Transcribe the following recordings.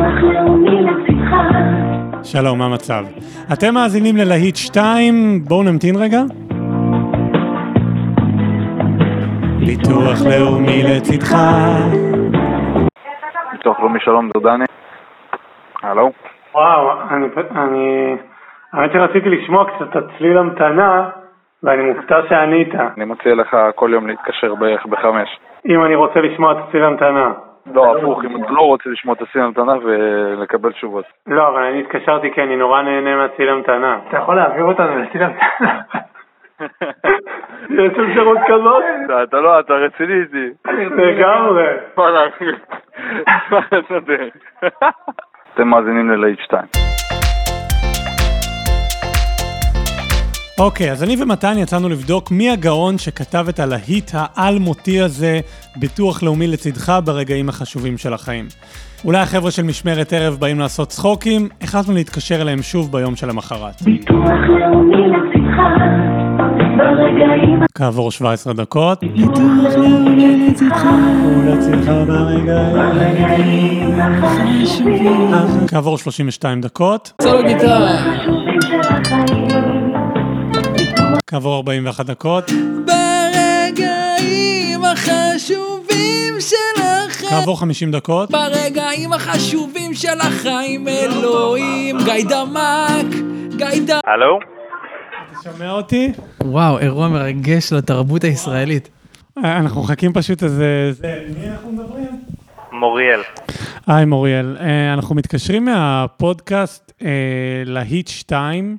שלום, מה המצב? אתם מאזינים ללהיט 2, בואו נמתין רגע. ביטוח לאומי לצדך. ביטוח לאומי, שלום, זה דני. הלו? וואו, האמת שרציתי לשמוע קצת את צליל המתנה, ואני מופתע שענית. אני מציע לך כל יום להתקשר בערך ב-5. אם אני רוצה לשמוע את צליל המתנה. לא, הפוך, אם אתה לא רוצה לשמוע את צליל המתנה ולקבל תשובות. לא, אבל אני התקשרתי כי אני נורא נהנה מהצליל המתנה. אתה יכול להעביר אותנו לצליל המתנה? יש אפשרות כזאת? אתה רציני איתי. לגמרי. אתם מאזינים ללהיט 2. אוקיי, אז אני ומתן יצאנו לבדוק מי הגאון שכתב את הלהיט העל-מותי הזה, ביטוח לאומי לצדך, ברגעים החשובים של החיים. אולי החבר'ה של משמרת ערב באים לעשות צחוקים, החלטנו להתקשר אליהם שוב ביום של המחרת. ביטוח לאומי לצדך, ברגעים... כעבור 17 דקות. ביטוח לאומי לצדך, ולצדך ברגעים החשובים. כעבור 32 דקות. סולו גיטרה. כעבור 41 דקות. ברגעים החשובים של החיים. כעבור 50 דקות. ברגעים החשובים של החיים, אלוהים. גיא דמק. הלו? אתה שומע אותי? וואו, אירוע מרגש לתרבות הישראלית. אנחנו מחכים פשוט איזה... מי אנחנו מדברים? מוריאל. היי מוריאל, אנחנו מתקשרים מהפודקאסט להיט 2,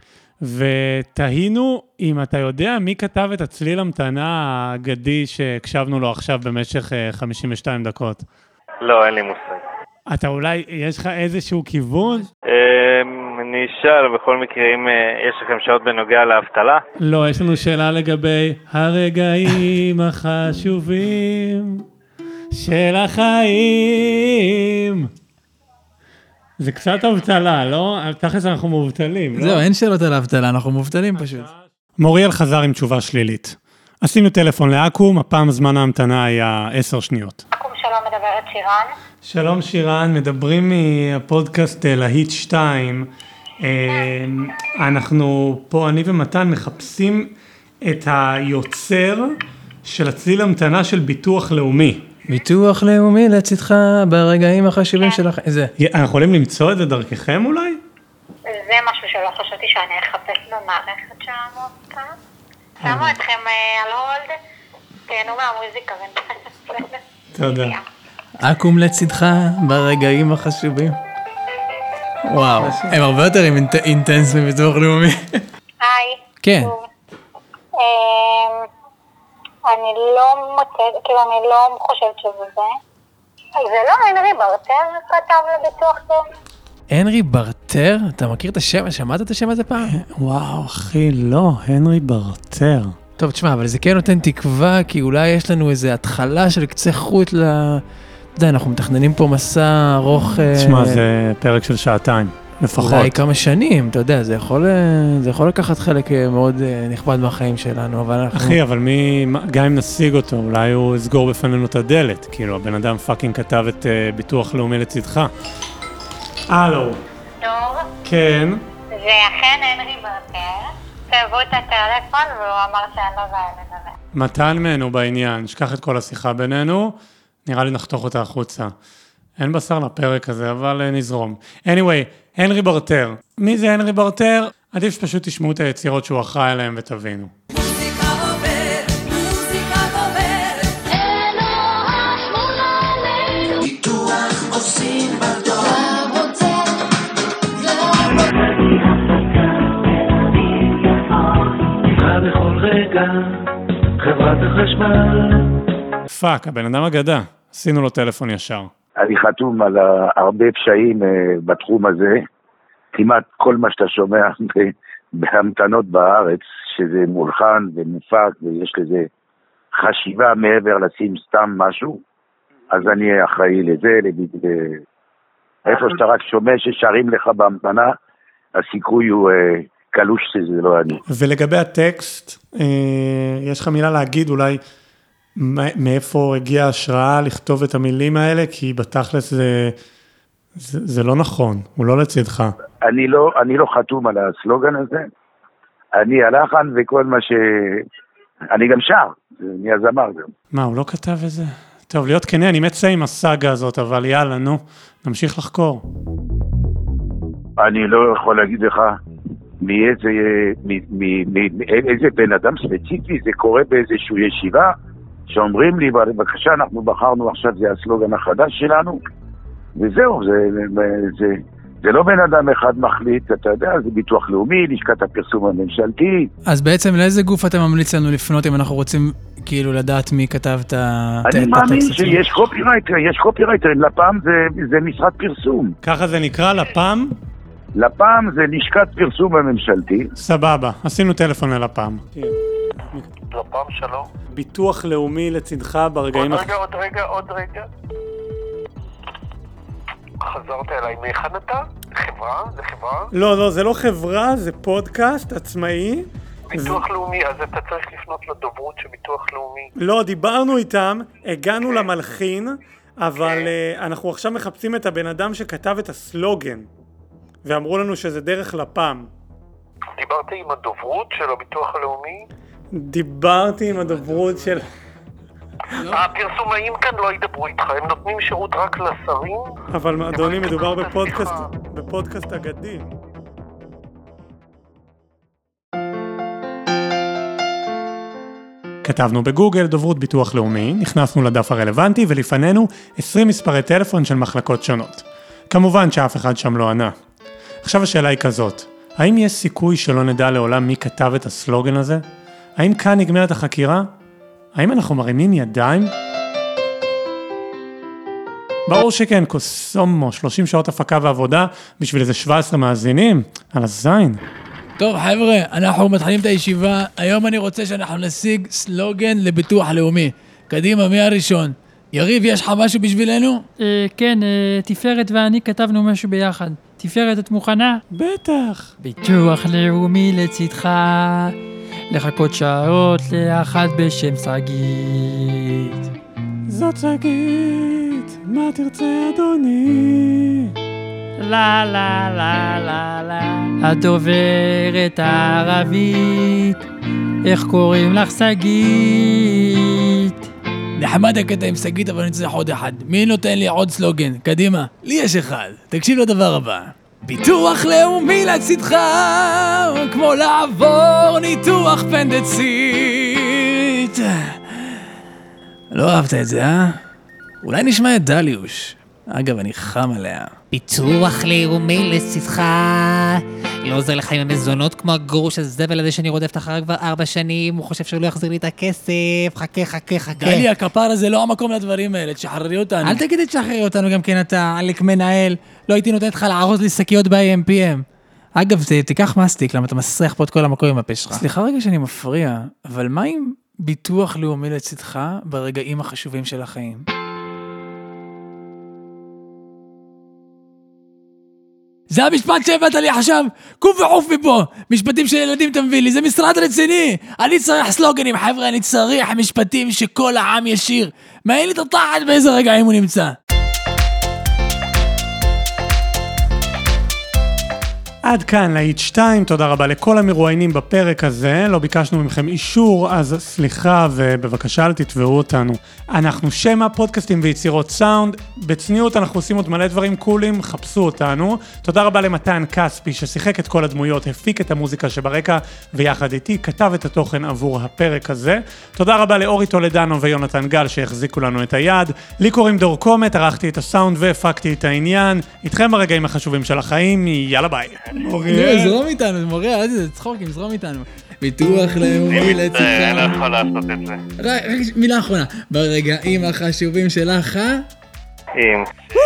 ותהינו אם אתה יודע מי כתב את הצליל המתנה האגדי שהקשבנו לו עכשיו במשך 52 דקות. לא, אין לי מושג. אתה אולי, יש לך איזשהו כיוון? אני אשאל, בכל מקרה, אם יש לכם שעות בנוגע לאבטלה? לא, יש לנו שאלה לגבי הרגעים החשובים של החיים. זה קצת אבטלה, לא? תכף אנחנו מובטלים, לא? זהו, אין שאלות על האבטלה, אנחנו מובטלים פשוט. מוריאל חזר עם תשובה שלילית. עשינו טלפון לאקום, הפעם זמן ההמתנה היה 10 שניות. אקום, שלום, מדברת שירן. שלום שירן, מדברים מהפודקאסט להיט 2. אנחנו פה, אני ומתן, מחפשים את היוצר של הצליל המתנה של ביטוח לאומי. ביטוח לאומי לצדך ברגעים החשובים של החיים. זה. אנחנו יכולים למצוא את זה דרככם אולי? זה משהו שלא חשבתי שאני אחפש במערכת שלנו כאן. שמו אתכם על הולד, תהנו מהמוזיקה ונתחשב. תודה. אקום לצדך ברגעים החשובים. וואו, הם הרבה יותר אינטנס מביטוח לאומי. היי. כן. אני לא מוצאת, כאילו אני לא חושבת שזה זה. זה לא הנרי ברטר כתב לביטוח לאומי. הנרי ברטר? אתה מכיר את השם? שמעת את השם הזה פעם? וואו, אחי, לא, הנרי ברטר. טוב, תשמע, אבל זה כן נותן תקווה, כי אולי יש לנו איזו התחלה של קצה חוט ל... אתה יודע, אנחנו מתכננים פה מסע ארוך... תשמע, זה פרק של שעתיים, לפחות. אולי כמה שנים, אתה יודע, זה יכול לקחת חלק מאוד נכבד מהחיים שלנו, אבל אנחנו... אחי, אבל גם אם נשיג אותו, אולי הוא יסגור בפנינו את הדלת, כאילו, הבן אדם פאקינג כתב את ביטוח לאומי לצדך. הלו. דור. כן. זה אכן הנרי ברטר. תאהבו את הטלפון והוא אמר שאני לא באה לדבר. מתן ממנו בעניין, שכח את כל השיחה בינינו, נראה לי נחתוך אותה החוצה. אין בשר לפרק הזה, אבל נזרום. anyway, הנרי ברטר. מי זה הנרי ברטר? עדיף שפשוט תשמעו את היצירות שהוא אחראי עליהם ותבינו. מוזיקה עוברת, אלוה שמור עלינו. ביטוח עושים בדור. בכל רגע, חברת החשמל. פאק, הבן אדם אגדה. עשינו לו טלפון ישר. אני חתום על הרבה פשעים בתחום הזה. כמעט כל מה שאתה שומע בהמתנות בארץ, שזה מולחן ומופק ויש לזה חשיבה מעבר לשים סתם משהו, אז אני אחראי לזה. איפה שאתה רק שומע ששרים לך בהמתנה, הסיכוי הוא... קלוש שזה לא אני. ולגבי הטקסט, יש לך מילה להגיד אולי מאיפה הגיעה ההשראה לכתוב את המילים האלה, כי בתכלס זה לא נכון, הוא לא לצדך. אני לא חתום על הסלוגן הזה. אני הלחן וכל מה ש... אני גם שר, אני הזמר גם. מה, הוא לא כתב את זה? טוב, להיות כנה, אני מצא עם הסאגה הזאת, אבל יאללה, נו, נמשיך לחקור. אני לא יכול להגיד לך מאיזה בן אדם ספציפי, זה קורה באיזושהי ישיבה, שאומרים לי, בבקשה, אנחנו בחרנו עכשיו, זה הסלוגן החדש שלנו, וזהו, זה לא בן אדם אחד מחליט, אתה יודע, זה ביטוח לאומי, לשכת הפרסום הממשלתי. אז בעצם לאיזה גוף אתה ממליץ לנו לפנות אם אנחנו רוצים כאילו לדעת מי כתב את הטקסט? אני מאמין שיש קופירייטרים, לפ"ם זה משרד פרסום. ככה זה נקרא, לפ"ם? לפ"ם זה לשכת פרסום הממשלתי. סבבה, עשינו טלפון ללפ"ם. לפ"ם שלום. ביטוח לאומי לצדך ברגעים... עוד רגע. חזרת אליי, מאיכן אתה? חברה? זה חברה? לא, זה לא חברה, זה פודקאסט עצמאי. ביטוח לאומי, אז אתה צריך לפנות לדוברות של ביטוח לאומי. לא, דיברנו איתם, הגענו למלחין, אבל אנחנו עכשיו מחפשים את הבן אדם שכתב את הסלוגן, ואמרו לנו שזה דרך לפ"ם. דיברת עם הדוברות של הביטוח הלאומי? דיברתי עם הדוברות של... הפרסומאים כאן לא ידברו איתך, הם נותנים שירות רק לשרים. אבל אדוני, מדובר בפודקאסט אגדי. כתבנו בגוגל דוברות ביטוח לאומי, נכנסנו לדף הרלוונטי ולפנינו 20 מספרי טלפון של מחלקות שונות. כמובן שאף אחד שם לא ענה. עכשיו השאלה היא כזאת, האם יש סיכוי שלא נדע לעולם מי כתב את הסלוגן הזה? האם כאן נגמרת החקירה? האם אנחנו מרימים ידיים? ברור שכן, קוסומו, 30 שעות הפקה ועבודה, בשביל איזה 17 מאזינים, על הזין. טוב חבר'ה, אנחנו מתחילים את הישיבה, היום אני רוצה שאנחנו נשיג סלוגן לביטוח לאומי. קדימה, מי הראשון? יריב, יש לך משהו בשבילנו? כן, תפארת ואני כתבנו משהו ביחד. תפארת, את מוכנה? בטח. ביטוח לאומי לצדך, לחכות שעות לאחת בשם סגית. זאת סגית, מה תרצה אדוני? לה לה לה לה לה, הדוברת הערבית, איך קוראים לך סגית? נחמד הקטע עם סגית, אבל אני צריך עוד אחד. מי נותן לי עוד סלוגן? קדימה. לי יש אחד. תקשיב לדבר הבא. ביטוח לאומי לצדך, כמו לעבור ניתוח פנדצית. לא אהבת את זה, אה? אולי נשמע את דליוש. אגב, אני חם עליה. ביטוח לאומי לצדך, לא עוזר לך עם המזונות כמו הגרוש הזבל הזה שאני רודפת אחריו כבר 4 שנים, הוא חושב שהוא לא יחזיר לי את הכסף, חכה. דלי, הכפר הזה לא המקום לדברים האלה, תשחררי אותנו. אל תגיד תשחררי אותנו גם כן אתה, עליק מנהל, לא הייתי נותנת לך לערוז לי שקיות ב-AMPM. אגב, תיקח מסטיק, למה אתה מסריח פה את כל המקום עם הפה שלך. סליחה רגע שאני מפריע, אבל מה עם ביטוח לאומי לצדך ברגעים החשובים של החיים? זה המשפט שהבאת לי עכשיו, קום ועוף מפה, משפטים של ילדים תנביא לי, זה משרד רציני, אני צריך סלוגנים חבר'ה, אני צריך משפטים שכל העם ישיר, מעין לי תטחת באיזה רגעים הוא נמצא. עד כאן להיט 2, תודה רבה לכל המרואיינים בפרק הזה, לא ביקשנו מכם אישור, אז סליחה ובבקשה אל תתבעו אותנו. אנחנו שמה פודקאסטים ויצירות סאונד, בצניעות אנחנו עושים עוד מלא דברים קולים, חפשו אותנו. תודה רבה למתן כספי ששיחק את כל הדמויות, הפיק את המוזיקה שברקע, ויחד איתי כתב את התוכן עבור הפרק הזה. תודה רבה לאורי טולדנו ויונתן גל שהחזיקו לנו את היד. לי קוראים דור קומט, ערכתי את הסאונד והפקתי את העניין. איתכם ברגעים החשובים של החיים, יאללה ביי. מוריה, זרום איתנו, מוריה, זה צחוקים, זרום איתנו. ביטוח לאומי לצדך. אני לא יכול לעשות את זה. רק מילה אחרונה, ברגעים החשובים שלך, אם.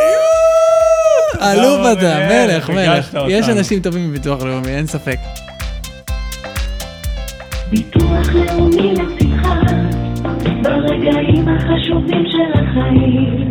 אלוף אתה, מלך. יש אנשים טובים בביטוח לאומי, אין ספק. ביטוח לאומי לצדך, ברגעים החשובים של החיים.